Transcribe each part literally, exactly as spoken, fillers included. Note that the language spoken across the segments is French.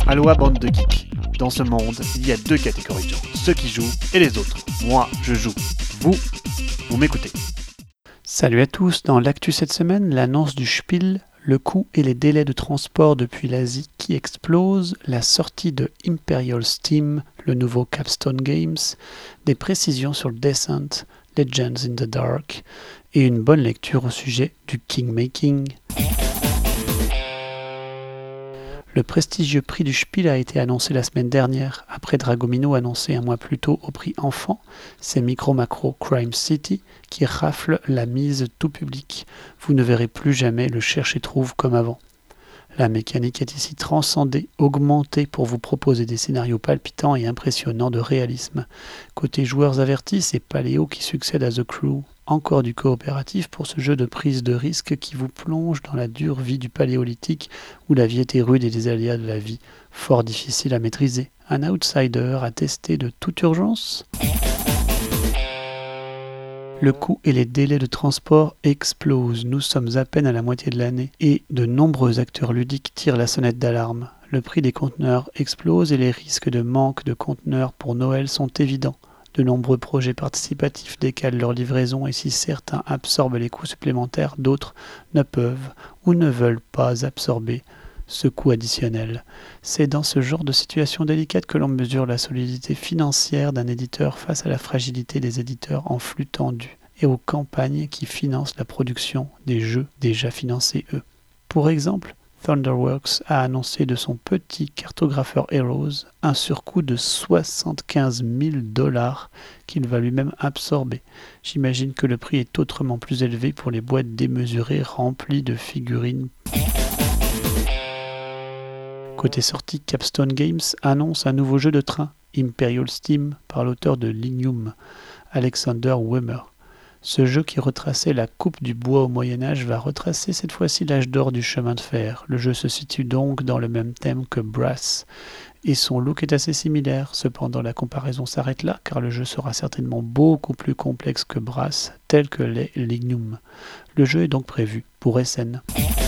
Aloha bande de geeks. Dans ce monde, il y a deux catégories de gens, ceux qui jouent et les autres. Moi, je joue. Vous, vous m'écoutez. Salut à tous, dans l'actu cette semaine, l'annonce du Spiel, le coût et les délais de transport depuis l'Asie qui explosent, la sortie de Imperial Steam, le nouveau Capstone Games, des précisions sur le Descent, Legends in the Dark, et une bonne lecture au sujet du Kingmaking. Le prestigieux prix du Spiel a été annoncé la semaine dernière, après Dragomino annoncé un mois plus tôt au prix Enfant, c'est Micro Macro Crime City qui rafle la mise tout public. Vous ne verrez plus jamais le cherche et trouve comme avant. La mécanique est ici transcendée, augmentée pour vous proposer des scénarios palpitants et impressionnants de réalisme. Côté joueurs avertis, c'est Paléo qui succède à The Crew. Encore du coopératif pour ce jeu de prise de risque qui vous plonge dans la dure vie du paléolithique où la vie était rude et les aléas de la vie fort difficiles à maîtriser. Un outsider à tester de toute urgence ? Le coût et les délais de transport explosent. Nous sommes à peine à la moitié de l'année et de nombreux acteurs ludiques tirent la sonnette d'alarme. Le prix des conteneurs explose et les risques de manque de conteneurs pour Noël sont évidents. De nombreux projets participatifs décalent leur livraison et si certains absorbent les coûts supplémentaires, d'autres ne peuvent ou ne veulent pas absorber ce coût additionnel. C'est dans ce genre de situation délicate que l'on mesure la solidité financière d'un éditeur face à la fragilité des éditeurs en flux tendu et aux campagnes qui financent la production des jeux déjà financés eux. Pour exemple, Thunderworks a annoncé de son petit cartographeur Heroes un surcoût de soixante-quinze mille dollars qu'il va lui-même absorber. J'imagine que le prix est autrement plus élevé pour les boîtes démesurées remplies de figurines. Côté sortie, Capstone Games annonce un nouveau jeu de train, Imperial Steam, par l'auteur de Lignum, Alexander Wimmer. Ce jeu qui retraçait la coupe du bois au Moyen-Âge va retracer cette fois-ci l'âge d'or du chemin de fer. Le jeu se situe donc dans le même thème que Brass, et son look est assez similaire. Cependant, la comparaison s'arrête là, car le jeu sera certainement beaucoup plus complexe que Brass, tel que l'est Lignum. Le jeu est donc prévu pour S N.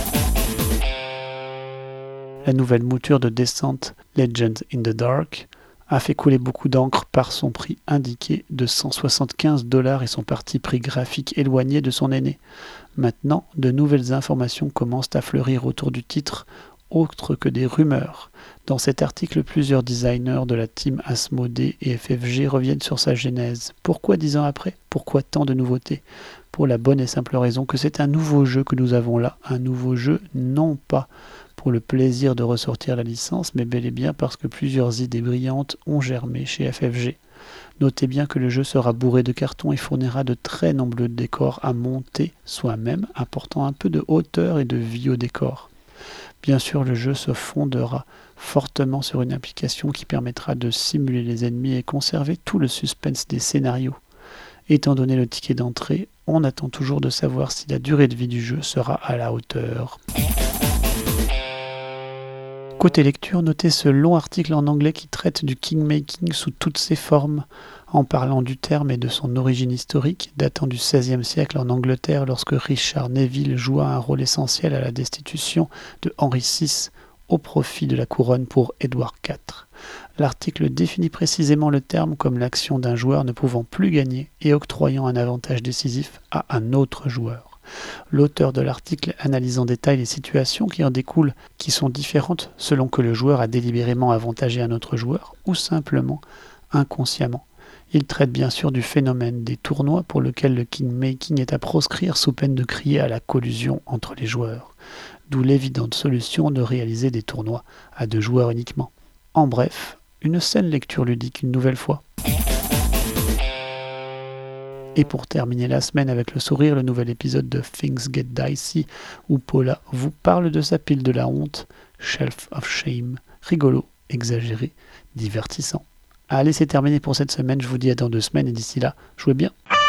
La nouvelle mouture de Descent, Legends in the Dark, a fait couler beaucoup d'encre par son prix indiqué de cent soixante-quinze dollars et son parti pris graphique éloigné de son aîné. Maintenant, de nouvelles informations commencent à fleurir autour du titre, autres que des rumeurs. Dans cet article, plusieurs designers de la team Asmodée et F F G reviennent sur sa genèse. Pourquoi dix ans après ? Pourquoi tant de nouveautés ? Pour la bonne et simple raison que c'est un nouveau jeu que nous avons là, un nouveau jeu non pas pour le plaisir de ressortir la licence, mais bel et bien parce que plusieurs idées brillantes ont germé chez F F G. Notez bien que le jeu sera bourré de cartons et fournira de très nombreux décors à monter soi-même, apportant un peu de hauteur et de vie au décor. Bien sûr, le jeu se fondera fortement sur une application qui permettra de simuler les ennemis et conserver tout le suspense des scénarios. Étant donné le ticket d'entrée, on attend toujours de savoir si la durée de vie du jeu sera à la hauteur. Côté lecture, notez ce long article en anglais qui traite du Kingmaking sous toutes ses formes, en parlant du terme et de son origine historique, datant du seizième siècle en Angleterre lorsque Richard Neville joua un rôle essentiel à la destitution de Henri six au profit de la couronne pour Édouard quatre. L'article définit précisément le terme comme l'action d'un joueur ne pouvant plus gagner et octroyant un avantage décisif à un autre joueur. L'auteur de l'article analyse en détail les situations qui en découlent, qui sont différentes selon que le joueur a délibérément avantagé un autre joueur ou simplement inconsciemment. Il traite bien sûr du phénomène des tournois pour lequel le Kingmaking est à proscrire sous peine de crier à la collusion entre les joueurs, d'où l'évidente solution de réaliser des tournois à deux joueurs uniquement. En bref, une saine lecture ludique une nouvelle fois. Et pour terminer la semaine avec le sourire, le nouvel épisode de Things Get Dicey où Paula vous parle de sa pile de la honte, Shelf of Shame, rigolo, exagéré, divertissant. Allez, c'est terminé pour cette semaine, je vous dis à dans deux semaines et d'ici là, jouez bien.